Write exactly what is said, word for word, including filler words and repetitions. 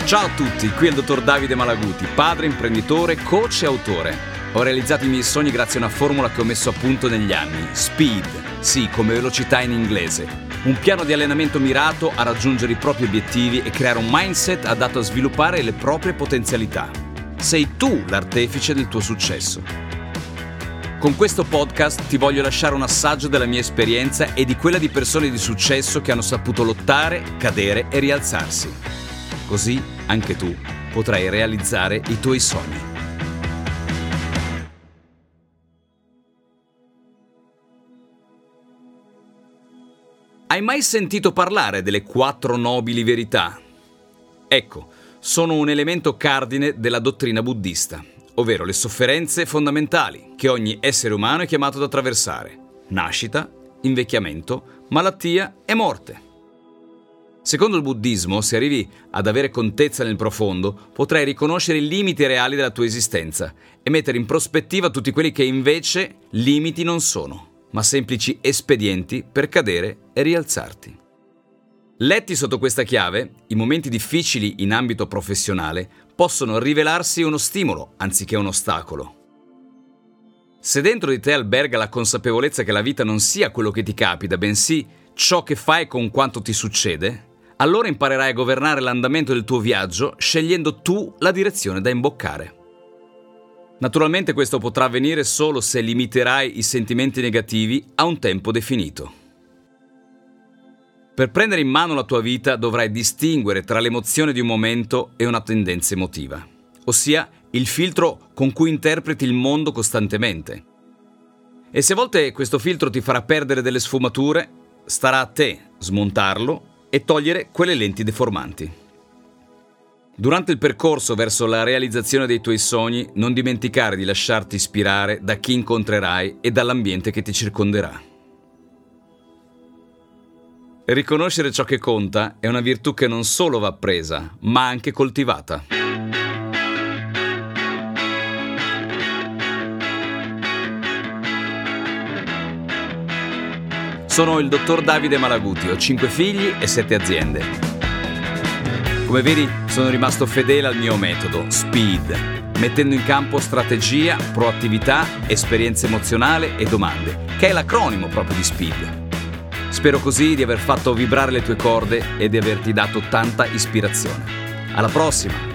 Ciao a tutti, qui è il dottor Davide Malaguti, padre, imprenditore, coach e autore. Ho realizzato i miei sogni grazie a una formula che ho messo a punto negli anni. Speed, sì, come velocità in inglese. Un piano di allenamento mirato a raggiungere i propri obiettivi e creare un mindset adatto a sviluppare le proprie potenzialità. Sei tu l'artefice del tuo successo. Con questo podcast ti voglio lasciare un assaggio della mia esperienza e di quella di persone di successo che hanno saputo lottare, cadere e rialzarsi. Così anche tu potrai realizzare i tuoi sogni. Hai mai sentito parlare delle quattro nobili verità? Ecco, sono un elemento cardine della dottrina buddista, ovvero le sofferenze fondamentali che ogni essere umano è chiamato ad attraversare: nascita, invecchiamento, malattia e morte. Secondo il buddismo, se arrivi ad avere contezza nel profondo, potrai riconoscere i limiti reali della tua esistenza e mettere in prospettiva tutti quelli che invece limiti non sono, ma semplici espedienti per cadere e rialzarti. Letti sotto questa chiave, i momenti difficili in ambito professionale possono rivelarsi uno stimolo anziché un ostacolo. Se dentro di te alberga la consapevolezza che la vita non sia quello che ti capita, bensì ciò che fai con quanto ti succede, allora imparerai a governare l'andamento del tuo viaggio scegliendo tu la direzione da imboccare. Naturalmente questo potrà avvenire solo se limiterai i sentimenti negativi a un tempo definito. Per prendere in mano la tua vita dovrai distinguere tra l'emozione di un momento e una tendenza emotiva, ossia il filtro con cui interpreti il mondo costantemente. E se a volte questo filtro ti farà perdere delle sfumature, starà a te smontarlo e togliere quelle lenti deformanti. Durante il percorso verso la realizzazione dei tuoi sogni, non dimenticare di lasciarti ispirare da chi incontrerai e dall'ambiente che ti circonderà. Riconoscere ciò che conta è una virtù che non solo va appresa, ma anche coltivata. Sono il dottor Davide Malaguti, ho cinque figli e sette aziende. Come vedi, sono rimasto fedele al mio metodo, Speed, mettendo in campo strategia, proattività, esperienza emozionale e domande, che è l'acronimo proprio di Speed. Spero così di aver fatto vibrare le tue corde e di averti dato tanta ispirazione. Alla prossima!